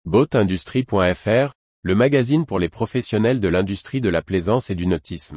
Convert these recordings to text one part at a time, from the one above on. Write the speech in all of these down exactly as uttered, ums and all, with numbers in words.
boat industry point f r, le magazine pour les professionnels de l'industrie de la plaisance et du nautisme.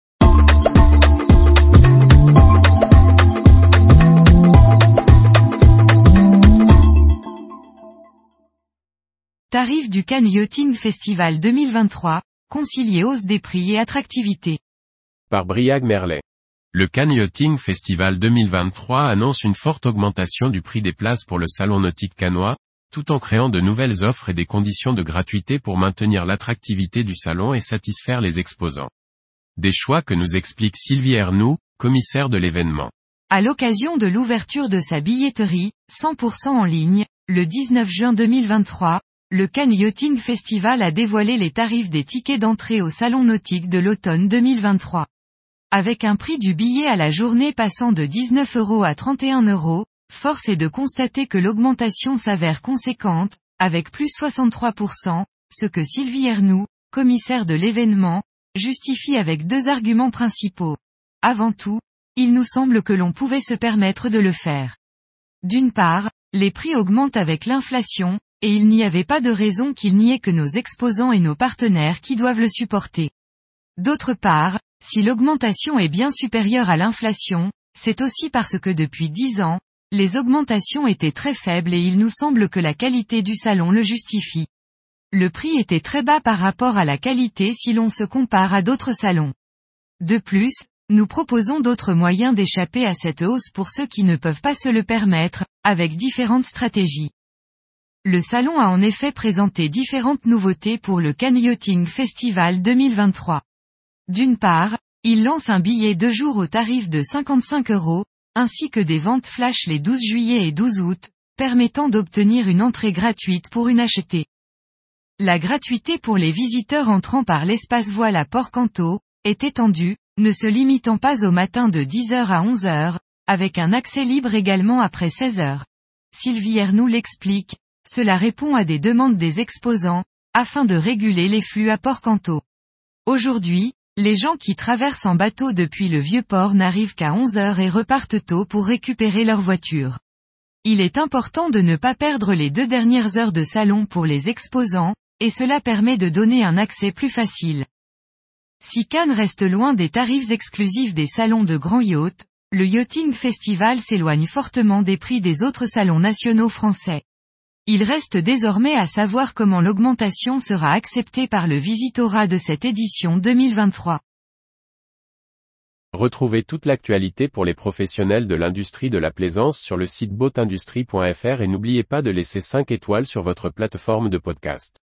Tarifs du Cannes Yachting Festival deux mille vingt-trois, concilier hausse des prix et attractivité. Par Briag Merlet. Le Cannes Yachting Festival deux mille vingt-trois annonce une forte augmentation du prix des places pour le salon nautique cannois, tout en créant de nouvelles offres et des conditions de gratuité pour maintenir l'attractivité du salon et satisfaire les exposants. Des choix que nous explique Sylvie Ernoult, commissaire de l'événement. À l'occasion de l'ouverture de sa billetterie, cent pour cent en ligne, le dix-neuf juin deux mille vingt-trois, le Cannes Yachting Festival a dévoilé les tarifs des tickets d'entrée au salon nautique de l'automne deux mille vingt-trois. Avec un prix du billet à la journée passant de dix-neuf euros à trente et un euros, force est de constater que l'augmentation s'avère conséquente, avec plus soixante-trois pour cent, ce que Sylvie Ernoult, commissaire de l'événement, justifie avec deux arguments principaux. Avant tout, il nous semble que l'on pouvait se permettre de le faire. D'une part, les prix augmentent avec l'inflation, et il n'y avait pas de raison qu'il n'y ait que nos exposants et nos partenaires qui doivent le supporter. D'autre part, si l'augmentation est bien supérieure à l'inflation, c'est aussi parce que depuis dix ans, les augmentations étaient très faibles et il nous semble que la qualité du salon le justifie. Le prix était très bas par rapport à la qualité si l'on se compare à d'autres salons. De plus, nous proposons d'autres moyens d'échapper à cette hausse pour ceux qui ne peuvent pas se le permettre, avec différentes stratégies. Le salon a en effet présenté différentes nouveautés pour le Cannes Yachting Festival deux mille vingt-trois. D'une part, il lance un billet deux jours au tarif de cinquante-cinq euros, ainsi que des ventes flash les douze juillet et douze août, permettant d'obtenir une entrée gratuite pour une achetée. La gratuité pour les visiteurs entrant par l'espace voile à Port-Canto est étendue, ne se limitant pas au matin de dix heures à onze heures, avec un accès libre également après seize heures. Sylvie Ernoult l'explique, cela répond à des demandes des exposants, afin de réguler les flux à Port-Canto. Aujourd'hui, les gens qui traversent en bateau depuis le Vieux-Port n'arrivent qu'à onze heures et repartent tôt pour récupérer leur voiture. Il est important de ne pas perdre les deux dernières heures de salon pour les exposants, et cela permet de donner un accès plus facile. Si Cannes reste loin des tarifs exclusifs des salons de grands yachts, le Yachting Festival s'éloigne fortement des prix des autres salons nationaux français. Il reste désormais à savoir comment l'augmentation sera acceptée par le visitorat de cette édition deux mille vingt-trois. Retrouvez toute l'actualité pour les professionnels de l'industrie de la plaisance sur le site boat industry point f r et n'oubliez pas de laisser cinq étoiles sur votre plateforme de podcast.